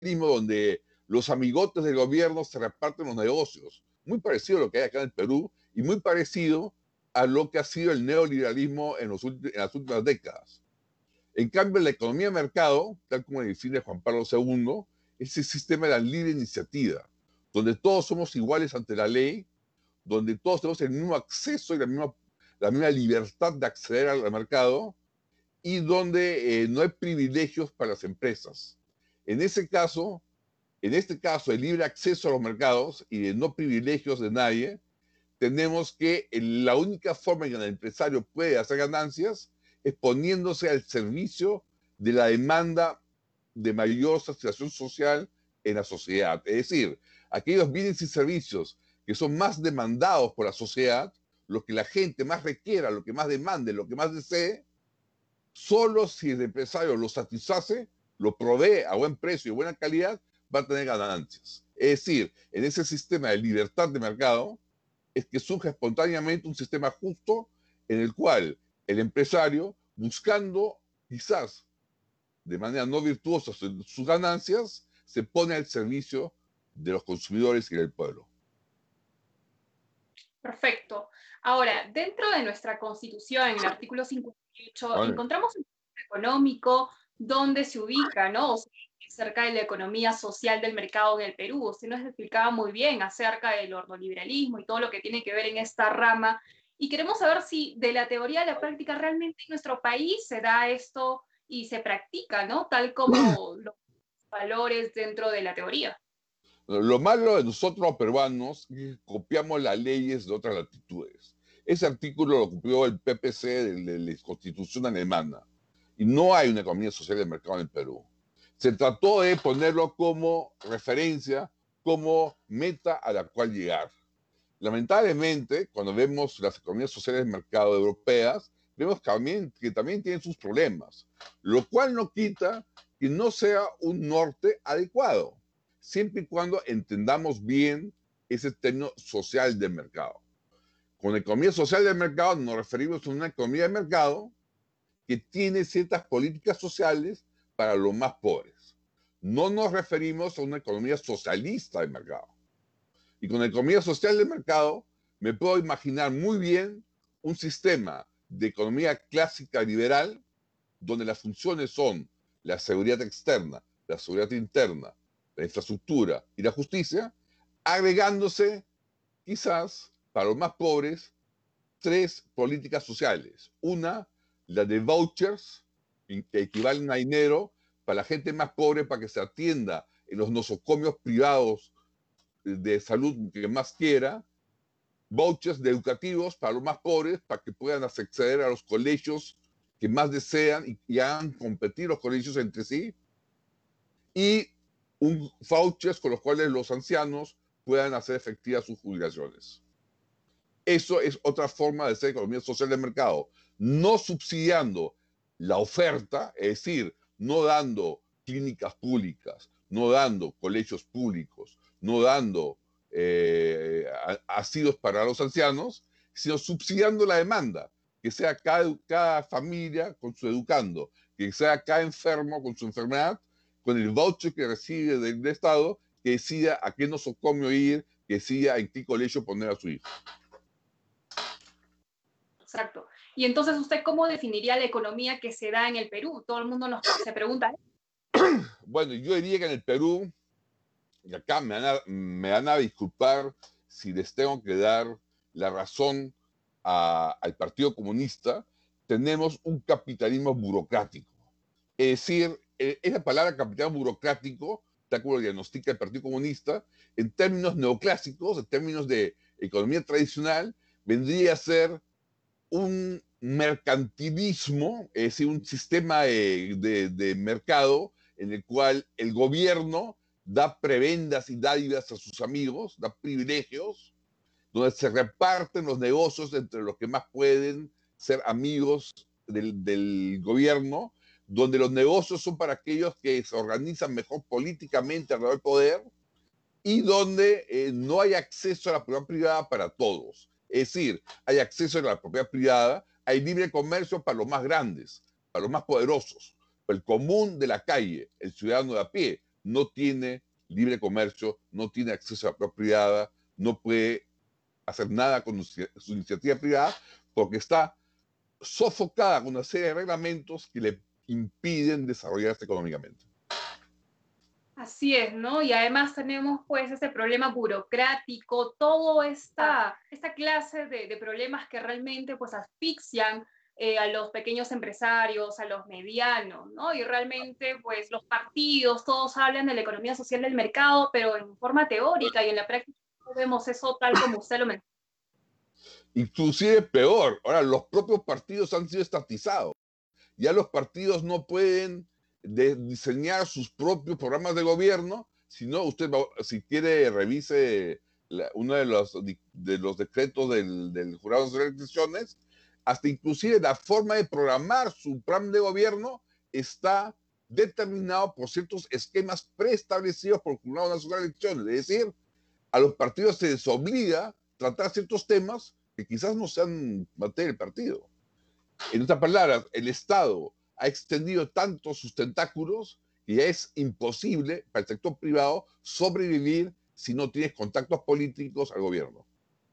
donde los amigotes del gobierno se reparten los negocios. Muy parecido a lo que hay acá en el Perú y muy parecido a lo que ha sido el neoliberalismo en las últimas décadas. En cambio, la economía de mercado, tal como define Juan Pablo II, es el sistema de la libre iniciativa, donde todos somos iguales ante la ley, donde todos tenemos el mismo acceso y la misma libertad de acceder al mercado y donde no hay privilegios para las empresas. En ese caso, en este caso, el libre acceso a los mercados y de no privilegios de nadie, tenemos que la única forma en que el empresario puede hacer ganancias es poniéndose al servicio de la demanda de mayor satisfacción social en la sociedad. Es decir, aquellos bienes y servicios que son más demandados por la sociedad, lo que la gente más requiera, lo que más demande, lo que más desee, solo si el empresario lo satisface, lo provee a buen precio y buena calidad, va a tener ganancias. Es decir, en ese sistema de libertad de mercado es que surge espontáneamente un sistema justo en el cual el empresario, buscando quizás de manera no virtuosa sus ganancias, se pone al servicio de los consumidores y del pueblo. Perfecto. Ahora, dentro de nuestra Constitución, en el artículo 58, ¿Vale? encontramos un sistema económico donde se ubica, ¿no? O sea, cerca de la economía social del mercado en el Perú. Usted nos explicaba muy bien acerca del ordoliberalismo y todo lo que tiene que ver en esta rama. Y queremos saber si de la teoría a la práctica realmente en nuestro país se da esto y se practica, ¿no? Tal como los valores dentro de la teoría. Lo malo de nosotros los peruanos es que copiamos las leyes de otras latitudes. Ese artículo lo copió el PPC de la Constitución alemana. Y no hay una economía social de mercado en el Perú. Se trató de ponerlo como referencia, como meta a la cual llegar. Lamentablemente, cuando vemos las economías sociales de mercado europeas, vemos que también tienen sus problemas, lo cual no quita que no sea un norte adecuado, siempre y cuando entendamos bien ese término social del mercado. Con economía social del mercado nos referimos a una economía de mercado que tiene ciertas políticas sociales para los más pobres. No nos referimos a una economía socialista de mercado. Y con la economía social de mercado me puedo imaginar muy bien un sistema de economía clásica liberal donde las funciones son la seguridad externa, la seguridad interna, la infraestructura y la justicia, agregándose quizás para los más pobres tres políticas sociales. Una, la de vouchers, que equivalen a dinero para la gente más pobre para que se atienda en los nosocomios privados de salud que más quiera, vouchers de educativos para los más pobres, para que puedan acceder a los colegios que más desean y hagan competir los colegios entre sí, y vouchers con los cuales los ancianos puedan hacer efectivas sus jubilaciones. Eso es otra forma de hacer economía social de mercado, no subsidiando la oferta, es decir, no dando clínicas públicas, no dando colegios públicos, no dando asilos para los ancianos, sino subsidiando la demanda, que sea cada familia con su educando, que sea cada enfermo con su enfermedad, con el voucher que recibe del Estado, que decida a qué nosocomio ir, que decida en qué colegio poner a su hijo. Exacto. Y entonces, ¿usted cómo definiría la economía que se da en el Perú? Todo el mundo se pregunta. Bueno, yo diría que en el Perú, y acá me van a disculpar si les tengo que dar la razón al Partido Comunista, tenemos un capitalismo burocrático. Es decir, esa palabra capitalismo burocrático, tal como lo diagnostica el Partido Comunista, en términos neoclásicos, en términos de economía tradicional, vendría a ser un mercantilismo, es decir, un sistema de mercado en el cual el gobierno da prebendas y dádivas a sus amigos, da privilegios, donde se reparten los negocios entre los que más pueden ser amigos del gobierno, donde los negocios son para aquellos que se organizan mejor políticamente alrededor del poder y donde no hay acceso a la propiedad privada para todos. Es decir, hay acceso a la propiedad privada, hay libre comercio para los más grandes, para los más poderosos, para el común de la calle, el ciudadano de a pie, no tiene libre comercio, no tiene acceso a la propiedad privada, no puede hacer nada con su iniciativa privada porque está sofocada con una serie de reglamentos que le impiden desarrollarse económicamente. Así es, ¿no? Y además tenemos pues ese problema burocrático, toda esta clase de problemas que realmente pues asfixian a los pequeños empresarios, a los medianos, ¿no? Y realmente pues los partidos, todos hablan de la economía social del mercado, pero en forma teórica y en la práctica no vemos eso tal como usted lo menciona. Inclusive peor, ahora los propios partidos han sido estatizados. Ya los partidos no pueden diseñar sus propios programas de gobierno, sino usted, si quiere, revise uno de los decretos del Jurado de Elecciones, hasta inclusive la forma de programar su plan de gobierno está determinado por ciertos esquemas preestablecidos por el Jurado Nacional de Elecciones. Es decir, a los partidos se les obliga a tratar ciertos temas que quizás no sean materia del partido. En otras palabras, el Estado ha extendido tanto sus tentáculos que ya es imposible para el sector privado sobrevivir si no tienes contactos políticos al gobierno.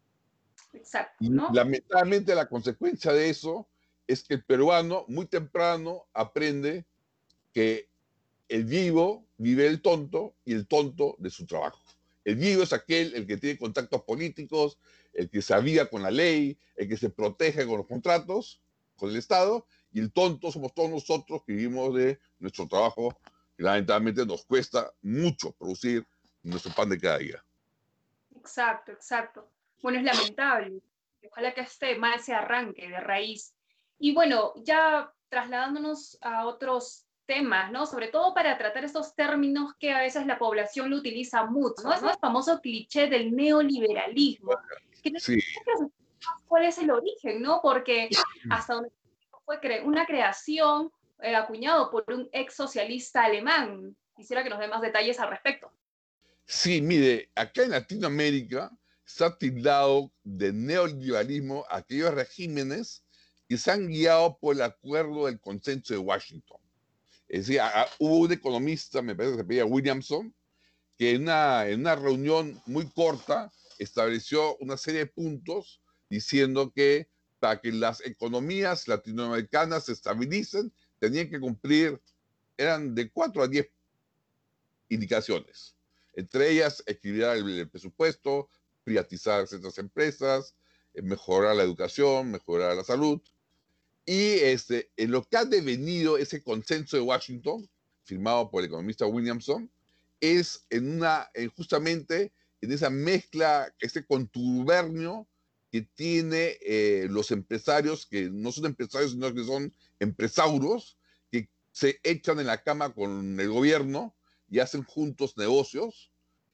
Exacto, Y ¿no? lamentablemente la consecuencia de eso es que el peruano muy temprano aprende que el vivo vive el tonto y el tonto de su trabajo. El vivo es aquel, el que tiene contactos políticos, el que se aviva con la ley, el que se protege con los contratos, con el Estado, y el tonto somos todos nosotros que vivimos de nuestro trabajo, que lamentablemente nos cuesta mucho producir nuestro pan de cada día. Exacto, exacto. Bueno, es lamentable. Ojalá que este mal se arranque de raíz. Y bueno, ya trasladándonos a otros temas, ¿no? Sobre todo para tratar estos términos que a veces la población lo utiliza mucho, ¿no? Ese famoso cliché del neoliberalismo, que no sé Sí, cuál es el origen, ¿no? Porque hasta donde fue una creación acuñado por un ex socialista alemán. Quisiera que nos dé más detalles al respecto. sí, mire, acá en Latinoamérica se ha tildado de neoliberalismo a aquellos regímenes que se han guiado por el acuerdo del consenso de Washington. Es decir, hubo un economista, me parece que se apellida Williamson, que en una reunión muy corta estableció una serie de puntos diciendo que para que las economías latinoamericanas se estabilicen, tenían que cumplir, eran de 4 a 10 indicaciones. Entre ellas, equilibrar el presupuesto, privatizar ciertas empresas, mejorar la educación, mejorar la salud. Y en lo que ha devenido ese consenso de Washington, firmado por el economista Williamson, es justamente en esa mezcla, ese contubernio que tiene los empresarios, que no son empresarios, sino que son empresauros, que se echan en la cama con el gobierno y hacen juntos negocios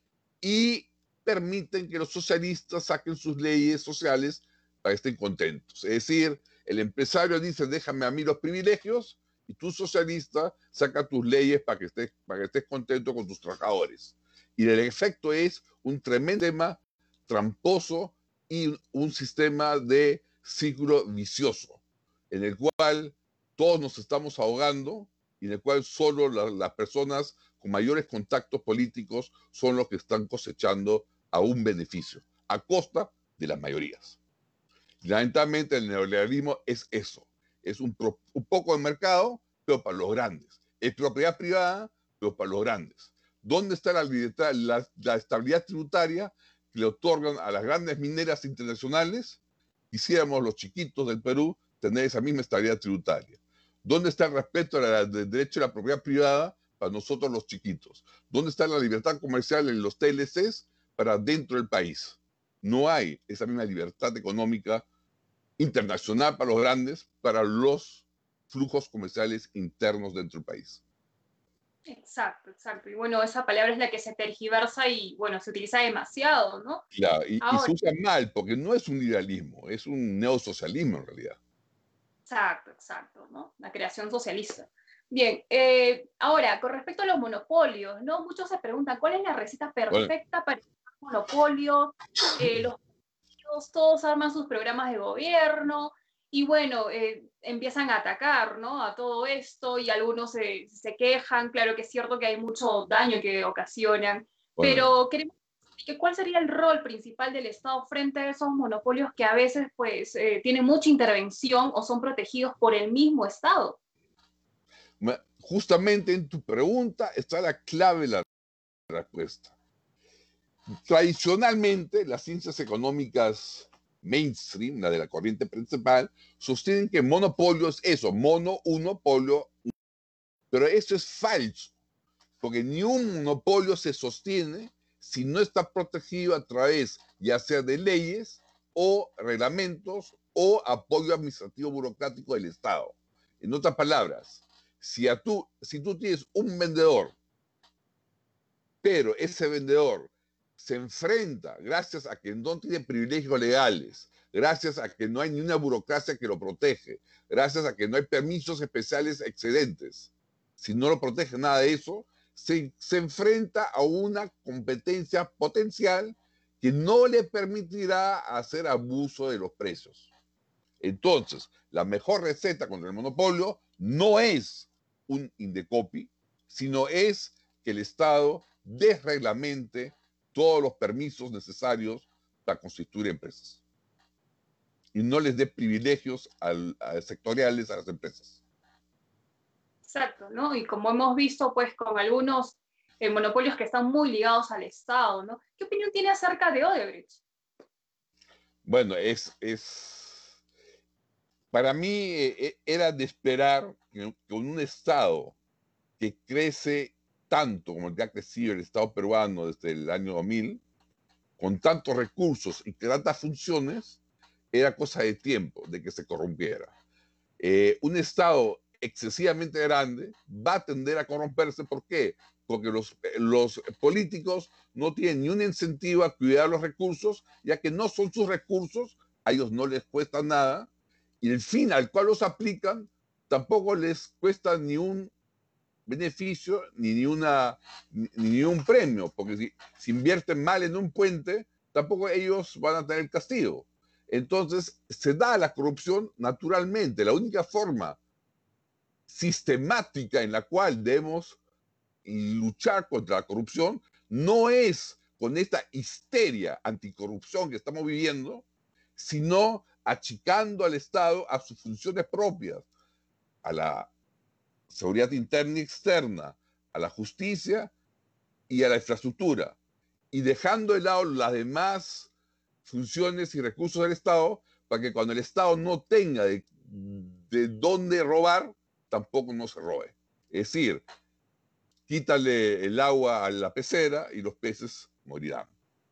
y permiten que los socialistas saquen sus leyes sociales para que estén contentos. Es decir, el empresario dice, déjame a mí los privilegios, y tú, socialista, saca tus leyes para que estés contento con tus trabajadores. Y el efecto es un tremendo tema tramposo y un sistema de ciclo vicioso, en el cual todos nos estamos ahogando y en el cual solo las personas con mayores contactos políticos son los que están cosechando a un beneficio, a costa de las mayorías. Lamentablemente el neoliberalismo es eso, es un poco de mercado, pero para los grandes. Es propiedad privada, pero para los grandes. ¿Dónde está la estabilidad tributaria que le otorgan a las grandes mineras internacionales? Quisiéramos los chiquitos del Perú tener esa misma estabilidad tributaria. ¿Dónde está el respeto del derecho a la propiedad privada para nosotros los chiquitos? ¿Dónde está la libertad comercial en los TLCs para dentro del país? No hay esa misma libertad económica internacional para los grandes, para los flujos comerciales internos dentro del país. Exacto, exacto. Y bueno, esa palabra es la que se tergiversa y bueno, se utiliza demasiado, ¿no? Claro, y se Ahora, usa mal, porque no es un liberalismo, es un neosocialismo en realidad. exacto, exacto, ¿no? La creación socialista. Bien, ahora, con respecto a los monopolios, ¿no? Muchos se preguntan, ¿cuál es la receta Bueno, perfecta para el monopolio? Los partidos todos arman sus programas de gobierno Y bueno, empiezan a atacar, ¿no? A todo esto y algunos se quejan. Claro que es cierto que hay mucho daño que ocasionan, Bueno, pero queremos que cuál sería el rol principal del Estado frente a esos monopolios que a veces pues tienen mucha intervención o son protegidos por el mismo Estado. justamente en tu pregunta está la clave de la respuesta. Tradicionalmente, las ciencias económicas mainstream, la de la corriente principal, sostienen que monopolio es eso, mono, uno, polio, pero eso es falso, porque ni un monopolio se sostiene si no está protegido a través ya sea de leyes o reglamentos o apoyo administrativo burocrático del Estado. En otras palabras, si tú tienes un vendedor, pero ese vendedor se enfrenta, gracias a que no tiene privilegios legales, gracias a que no hay ni una burocracia que lo protege, gracias a que no hay permisos especiales excedentes, si no lo protege nada de eso, se enfrenta a una competencia potencial que no le permitirá hacer abuso de los precios. Entonces, la mejor receta contra el monopolio no es un Indecopi, sino es que el Estado desreglamente todos los permisos necesarios para constituir empresas y no les dé privilegios sectoriales a las empresas. Exacto, ¿no? Y como hemos visto, pues con algunos monopolios que están muy ligados al Estado, ¿no? ¿Qué opinión tiene acerca de Odebrecht? Bueno, para mí era de esperar que con un Estado que crece tanto como el que ha crecido el Estado peruano desde el año 2000, con tantos recursos y que tantas funciones, era cosa de tiempo de que se corrompiera. Un Estado excesivamente grande va a tender a corromperse. ¿Por qué? Porque los políticos no tienen ni un incentivo a cuidar los recursos, ya que no son sus recursos, a ellos no les cuesta nada, y el fin al cual los aplican tampoco les cuesta ni un beneficio ni un premio, porque si invierten mal en un puente, tampoco ellos van a tener castigo. Entonces, se da la corrupción naturalmente. La única forma sistemática en la cual debemos luchar contra la corrupción no es con esta histeria anticorrupción que estamos viviendo, sino achicando al Estado a sus funciones propias, a la seguridad interna y externa, a la justicia y a la infraestructura, y dejando de lado las demás funciones y recursos del Estado para que cuando el Estado no tenga de dónde robar, tampoco no se robe. Es decir, quítale el agua a la pecera y los peces morirán.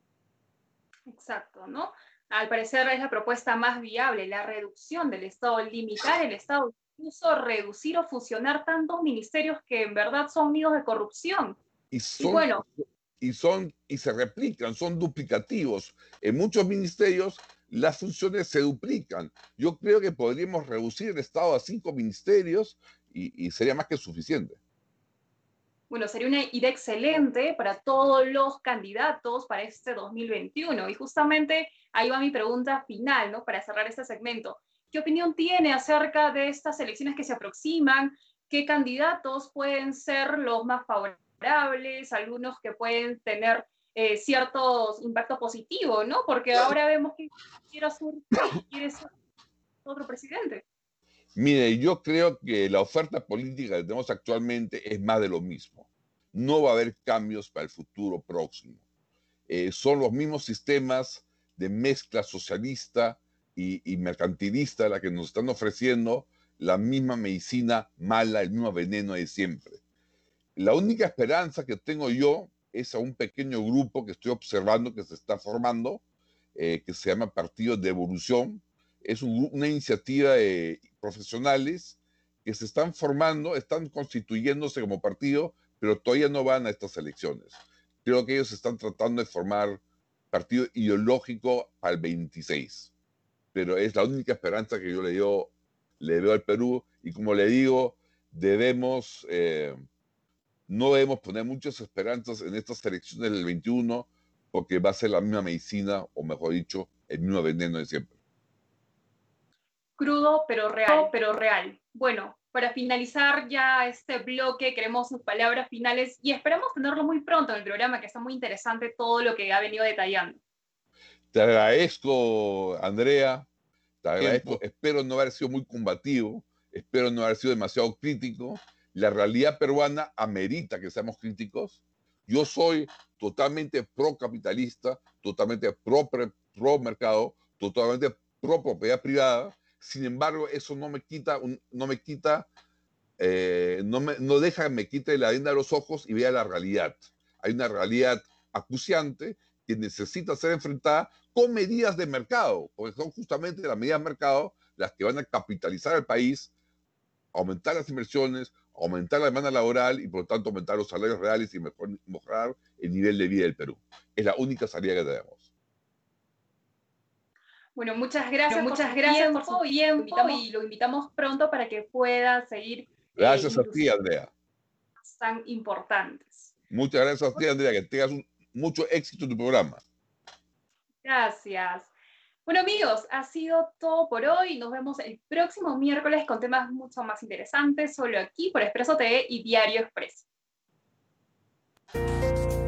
Exacto, ¿no? Al parecer es la propuesta más viable, la reducción del Estado, limitar el Estado, incluso reducir o fusionar tantos ministerios que en verdad son nidos de corrupción. Y Y son bueno, y se replican, son duplicativos. En muchos ministerios las funciones se duplican. Yo creo que podríamos reducir el Estado a 5 ministerios y sería más que suficiente. bueno, sería una idea excelente para todos los candidatos para este 2021. Y justamente ahí va mi pregunta final, ¿no? Para cerrar este segmento. ¿Qué opinión tiene acerca de estas elecciones que se aproximan? ¿Qué candidatos pueden ser los más favorables? Algunos que pueden tener ciertos impactos positivos, ¿no? Porque ahora vemos que quiere ser otro presidente. Mire, yo creo que la oferta política que tenemos actualmente es más de lo mismo. No va a haber cambios para el futuro próximo. Son los mismos sistemas de mezcla socialista y mercantilista la que nos están ofreciendo la misma medicina mala, el mismo veneno de siempre. La única esperanza que tengo yo es a un pequeño grupo que estoy observando que se está formando, que se llama Partido de Evolución. Es una iniciativa de profesionales que se están formando, están constituyéndose como partido, pero todavía no van a estas elecciones. Creo que ellos están tratando de formar partido ideológico para el 26, pero es la única esperanza que yo le veo al Perú, y como le digo, debemos no debemos poner muchas esperanzas en estas elecciones del 21 porque va a ser la misma medicina, o mejor dicho, el mismo veneno de siempre. crudo pero real, pero real. Bueno, para finalizar ya este bloque, queremos sus palabras finales y esperamos tenerlo muy pronto en el programa, que está muy interesante todo lo que ha venido detallando. Te agradezco, Andrea, te agradezco. Espero no haber sido muy combativo, espero no haber sido demasiado crítico. La realidad peruana amerita que seamos críticos. Yo soy totalmente pro-capitalista, totalmente pro-mercado, totalmente pro-propiedad privada. Sin embargo, eso no deja que me quite la venda de los ojos y vea la realidad. Hay una realidad acuciante que necesita ser enfrentada con medidas de mercado, porque son justamente las medidas de mercado las que van a capitalizar al país, aumentar las inversiones, aumentar la demanda laboral y por lo tanto aumentar los salarios reales y mejorar el nivel de vida del Perú. Es la única salida que tenemos. Bueno, muchas gracias por su tiempo y lo invitamos pronto para que pueda seguir. Gracias a ti, Andrea. Tan importantes. Muchas gracias a ti, Andrea, que tengas mucho éxito en tu programa. Gracias. Bueno, amigos, ha sido todo por hoy. Nos vemos el próximo miércoles con temas mucho más interesantes, solo aquí por Expreso TV y Diario Expreso.